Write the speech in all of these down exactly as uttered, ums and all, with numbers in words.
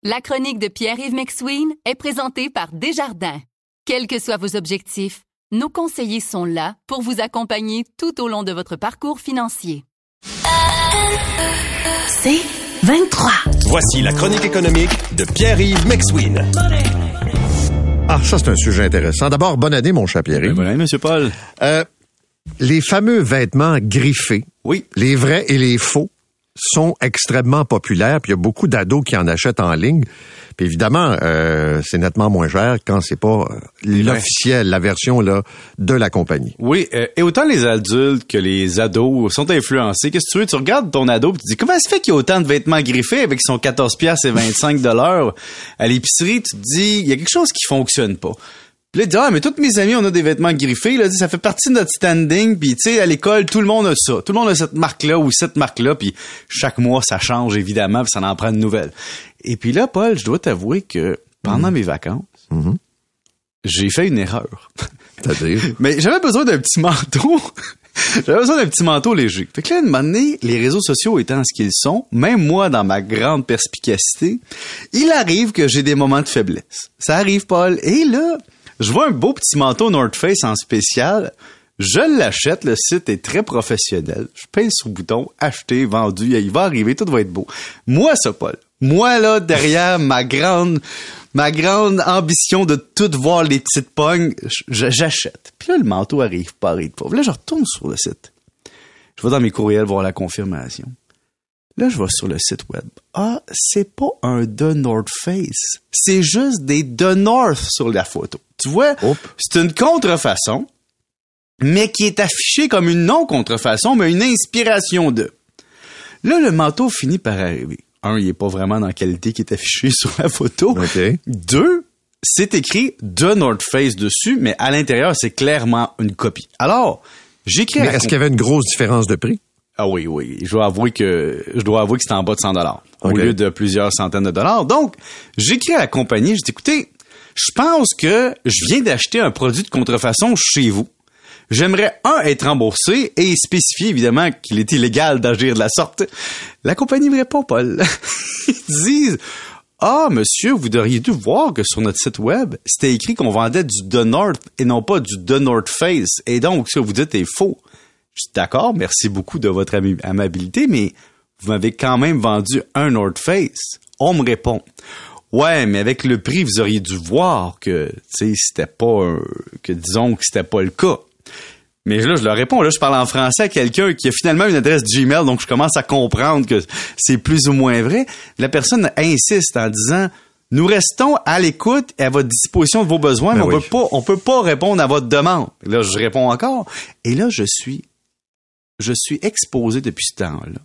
La chronique de Pierre-Yves McSween est présentée par Desjardins. Quels que soient vos objectifs, nos conseillers sont là pour vous accompagner tout au long de votre parcours financier. C'est vingt-trois. Voici la chronique économique de Pierre-Yves McSween. Ah, ça, c'est un sujet intéressant. D'abord, bonne année, mon cher Pierre-Yves. Bonne année, M. Paul. Euh, les fameux vêtements griffés, oui, les vrais et les faux, sont extrêmement populaires. Puis il y a beaucoup d'ados qui en achètent en ligne. Puis évidemment, euh, c'est nettement moins cher quand c'est pas euh, l'officiel, la version là de la compagnie. Oui, euh, et autant les adultes que les ados sont influencés. Qu'est-ce que tu veux? Tu regardes ton ado et tu te dis, comment ça se fait qu'il y a autant de vêtements griffés avec son quatorze piastres et vingt-cinq dollars à l'épicerie? Tu te dis, il y a quelque chose qui fonctionne pas. Puis là, tu dis, ah, mais tous mes amis, on a des vêtements griffés. Là, ça fait partie de notre standing. Puis, tu sais, à l'école, tout le monde a ça. Tout le monde a cette marque-là ou cette marque-là. Puis, chaque mois, ça change, évidemment. Puis, ça en prend de nouvelles. Et puis là, Paul, je dois t'avouer que pendant mmh. mes vacances, mmh. j'ai fait une erreur. C'est-à-dire? Mais j'avais besoin d'un petit manteau. J'avais besoin d'un petit manteau léger. Fait que là, une moment donné, les réseaux sociaux étant ce qu'ils sont, même moi, dans ma grande perspicacité, il arrive que j'ai des moments de faiblesse. Ça arrive, Paul. Et là, je vois un beau petit manteau North Face en spécial. Je l'achète. Le site est très professionnel. Je pèse sur le bouton, acheter, vendu. Il va arriver, tout va être beau. Moi, ça, Paul. Moi, là, derrière ma grande, ma grande ambition de tout voir les petites pognes, j'achète. Puis là, le manteau arrive, pareil de pauvre. Là, je retourne sur le site. Je vais dans mes courriels voir la confirmation. Là, je vais sur le site web. Ah, c'est pas un The North Face. C'est juste des The North sur la photo. Tu vois, Oups. C'est une contrefaçon, mais qui est affichée comme une non-contrefaçon, mais une inspiration de. Là, le manteau finit par arriver. Un, il est pas vraiment dans la qualité qui est affichée sur la photo. Okay. Deux, c'est écrit The North Face dessus, mais à l'intérieur, c'est clairement une copie. Alors, j'écris. Mais est-ce qu'il y avait une grosse différence de prix? Ah oui, oui. Je dois avouer que je dois avouer que c'était en bas de cent dollars au okay. lieu de plusieurs centaines de dollars. Donc, j'écris à la compagnie, je dis, écoutez, je pense que je viens d'acheter un produit de contrefaçon chez vous. J'aimerais, un, être remboursé et spécifier, évidemment, qu'il est illégal d'agir de la sorte. La compagnie me répond, Paul. Ils disent, ah, monsieur, vous devriez dû voir que sur notre site web, c'était écrit qu'on vendait du The North et non pas du The North Face. Et donc, ce que vous dites est faux. Je suis d'accord, merci beaucoup de votre am- amabilité, mais vous m'avez quand même vendu un North Face. On me répond, ouais, mais avec le prix, vous auriez dû voir que, tu sais, c'était pas un, que disons que c'était pas le cas. Mais là, je leur réponds, là, je parle en français à quelqu'un qui a finalement une adresse Gmail, donc je commence à comprendre que c'est plus ou moins vrai. La personne insiste en disant, nous restons à l'écoute et à votre disposition de vos besoins, ben mais on oui. peut pas, on peut pas répondre à votre demande. Et là, je réponds encore. Et là, je suis Je suis exposé depuis ce temps-là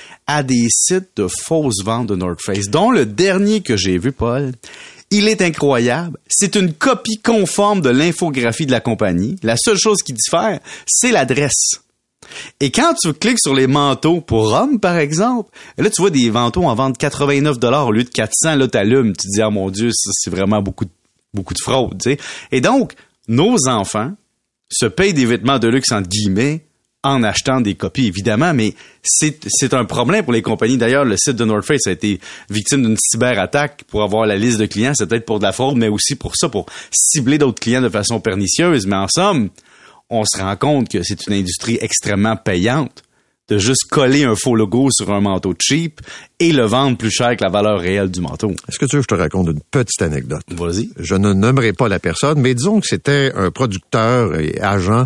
à des sites de fausses ventes de North Face, dont le dernier que j'ai vu, Paul, il est incroyable. C'est une copie conforme de l'infographie de la compagnie. La seule chose qui diffère, c'est l'adresse. Et quand tu cliques sur les manteaux pour hommes, par exemple, là, tu vois des manteaux en vente quatre-vingt-neuf dollars au lieu de quatre cents. Là, t'allumes, tu te dis, ah mon Dieu, ça, c'est vraiment beaucoup de, beaucoup de fraude, tu sais. Et donc, nos enfants se payent des vêtements de luxe, entre guillemets, en achetant des copies, évidemment, mais c'est, c'est un problème pour les compagnies. D'ailleurs, le site de North Face a été victime d'une cyberattaque pour avoir la liste de clients. C'est peut-être pour de la fraude, mais aussi pour ça, pour cibler d'autres clients de façon pernicieuse. Mais en somme, on se rend compte que c'est une industrie extrêmement payante de juste coller un faux logo sur un manteau cheap et le vendre plus cher que la valeur réelle du manteau. Est-ce que tu veux que je te raconte une petite anecdote? Vas-y. Je ne nommerai pas la personne, mais disons que c'était un producteur et agent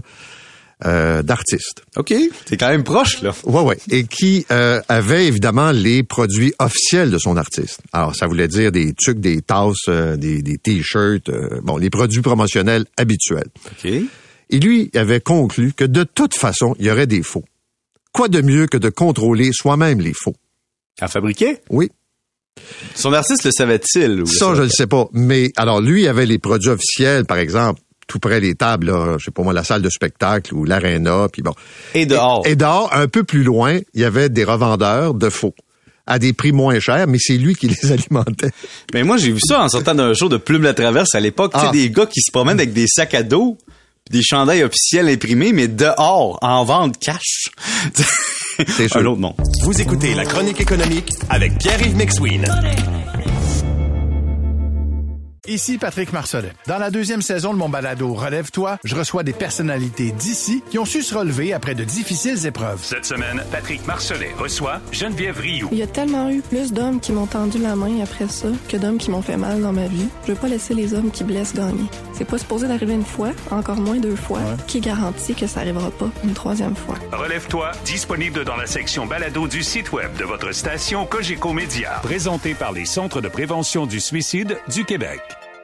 Euh, d'artistes. OK, c'est quand même proche, là. Ouais, ouais. Et qui euh, avait évidemment les produits officiels de son artiste. Alors, ça voulait dire des tucs, des tasses, euh, des, des t-shirts, euh, bon, les produits promotionnels habituels. OK. Et lui avait conclu que de toute façon, il y aurait des faux. Quoi de mieux que de contrôler soi-même les faux? À fabriquer? Oui. Son artiste le savait-il? Ou Ça, le je ne sais pas. Mais alors, lui avait les produits officiels, par exemple, tout près des tables, là, je sais pas moi, la salle de spectacle ou l'aréna, puis bon. Et dehors. Et, et dehors, un peu plus loin, il y avait des revendeurs de faux, à des prix moins chers, mais c'est lui qui les alimentait. Mais moi, j'ai vu ça en sortant d'un show de Plume la Traverse à l'époque. Ah. Tu sais, des gars qui se promènent avec des sacs à dos, des chandails officiels imprimés, mais dehors, en vente cash. C'est sûr. Un autre nom. Vous écoutez la chronique économique avec Pierre-Yves McSween. Ici Patrick Marcelet. Dans la deuxième saison de mon balado Relève-toi, je reçois des personnalités d'ici qui ont su se relever après de difficiles épreuves. Cette semaine, Patrick Marcelet reçoit Geneviève Rioux. Il y a tellement eu plus d'hommes qui m'ont tendu la main après ça que d'hommes qui m'ont fait mal dans ma vie. Je veux pas laisser les hommes qui blessent gagner. C'est pas supposé d'arriver une fois, encore moins deux fois. Ouais. Qui garantit que ça arrivera pas une troisième fois? Relève-toi, disponible dans la section balado du site web de votre station Cogeco Média. Présenté par les Centres de prévention du suicide du Québec.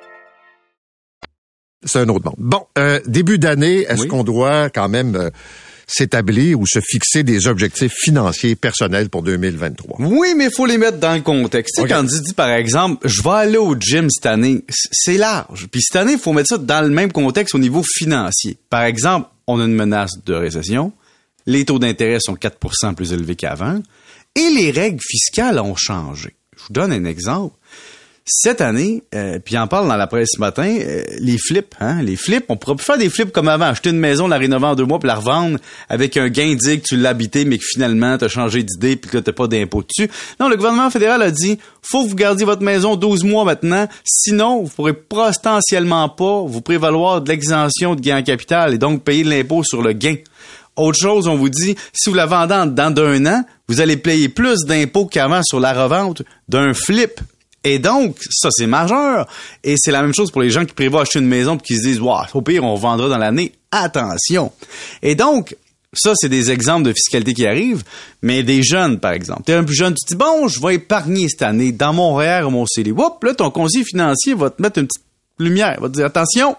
C'est un autre monde. Bon, euh, début d'année, est-ce oui. qu'on doit quand même euh, s'établir ou se fixer des objectifs financiers personnels pour deux mille vingt-trois? Oui, mais il faut les mettre dans le contexte. Okay. Tu sais, quand tu dis, par exemple, je vais aller au gym cette année, c'est large. Puis cette année, il faut mettre ça dans le même contexte au niveau financier. Par exemple, on a une menace de récession, les taux d'intérêt sont quatre pour cent plus élevés qu'avant, et les règles fiscales ont changé. Je vous donne un exemple. Cette année, euh, puis on parle dans la presse ce matin, euh, les flips, hein, les flips, on pourra plus faire des flips comme avant, acheter une maison, la rénover en deux mois puis la revendre avec un gain dit que tu l'as habité mais que finalement t'as changé d'idée puis que t'as pas d'impôt dessus. Non, le gouvernement fédéral a dit, faut que vous gardiez votre maison douze mois maintenant, sinon vous pourrez potentiellement pas vous prévaloir de l'exemption de gain en capital et donc payer de l'impôt sur le gain. Autre chose, on vous dit, si vous la vendez en dedans d'un an, vous allez payer plus d'impôts qu'avant sur la revente d'un flip. Et donc, ça, c'est majeur. Et c'est la même chose pour les gens qui prévoient acheter une maison et qui se disent, wow, au pire, on vendra dans l'année. Attention. Et donc, ça, c'est des exemples de fiscalité qui arrivent. Mais des jeunes, par exemple. T'es un plus jeune, tu te dis, bon, je vais épargner cette année dans mon R E E R ou mon C E L I. Oups, là, ton conseiller financier va te mettre une petite lumière. Va te dire, attention.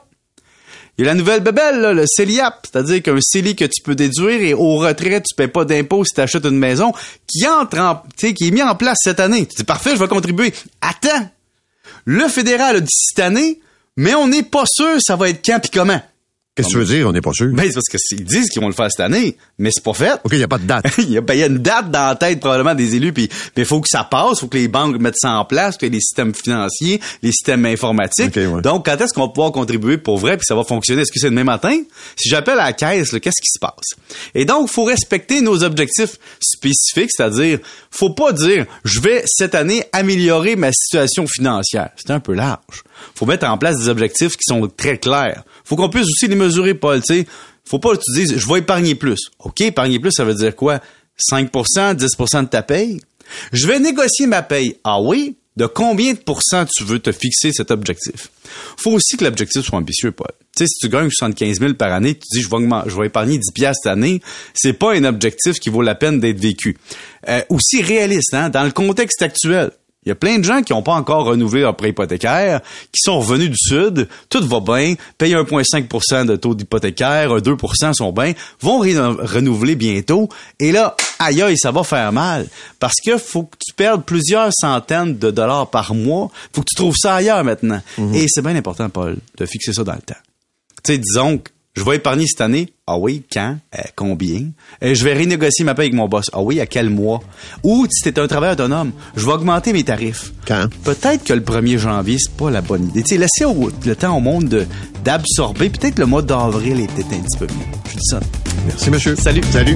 Il y a la nouvelle bébelle, là, le C E L I A P, c'est-à-dire qu'un C E L I que tu peux déduire et au retrait, tu paies pas d'impôt si tu achètes une maison, qui entre en, tu sais, qui est mis en place cette année. Tu dis, parfait, je vais contribuer. Attends! Le fédéral a dit cette année, mais on n'est pas sûr ça va être quand pis comment. Qu'est-ce que tu veux dire, on n'est pas sûr? Ben, c'est parce qu'ils disent qu'ils vont le faire cette année, mais c'est pas fait. OK, il n'y a pas de date. Il y a, ben, y a une date dans la tête, probablement, des élus, puis il faut que ça passe, faut que les banques mettent ça en place, qu'il y ait les systèmes financiers, les systèmes informatiques. Okay, ouais. Donc, quand est-ce qu'on va pouvoir contribuer pour vrai, puis ça va fonctionner? Est-ce que c'est demain matin? Si j'appelle à la caisse, là, qu'est-ce qui se passe? Et donc, il faut respecter nos objectifs spécifiques, c'est-à-dire, faut pas dire, je vais, cette année, améliorer ma situation financière. C'est un peu large. Faut mettre en place des objectifs qui sont très clairs. Faut qu'on puisse aussi les mesurer, Paul, tu sais. Faut pas que tu dises, je vais épargner plus. OK, épargner plus, ça veut dire quoi? cinq pour cent, dix pour cent de ta paye? Je vais négocier ma paye. Ah oui? De combien de pourcents tu veux te fixer cet objectif? Faut aussi que l'objectif soit ambitieux, Paul. Tu sais, si tu gagnes soixante-quinze mille par année, tu dis, je vais, augmenter, je vais épargner dix piastres cette année, c'est pas un objectif qui vaut la peine d'être vécu. Euh, aussi réaliste, hein, dans le contexte actuel. Il y a plein de gens qui n'ont pas encore renouvelé leur prêt hypothécaire, qui sont revenus du Sud, tout va bien, payent un virgule cinq pour cent de taux d'hypothécaire, deux pour cent sont bien, vont ré- renouveler bientôt, et là, aïe aïe, ça va faire mal, parce que faut que tu perdes plusieurs centaines de dollars par mois, faut que tu trouves ça ailleurs maintenant. Mm-hmm. Et c'est bien important, Paul, de fixer ça dans le temps. Tu sais, disons que je vais épargner cette année. Ah oui, quand? Euh, combien? Euh, je vais renégocier ma paie avec mon boss. Ah oui, à quel mois? Ou si t'es un travailleur autonome, je vais augmenter mes tarifs. Quand? Peut-être que le premier janvier, c'est pas la bonne idée. Tu sais, laissez au, le temps au monde de, d'absorber. Peut-être le mois d'avril est peut-être un petit peu mieux. Je dis ça. Merci, monsieur. Salut. Salut.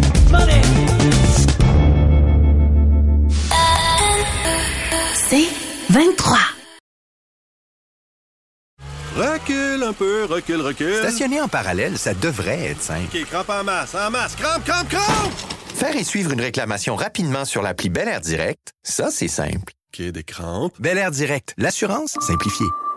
C'est vingt-trois. Recule un peu, recule, recule. Stationner en parallèle, ça devrait être simple. OK, crampe en masse, en masse, crampe, crampe, crampe! Faire et suivre une réclamation rapidement sur l'appli Bel Air Direct, ça, c'est simple. OK, des crampes. Bel Air Direct, l'assurance simplifiée.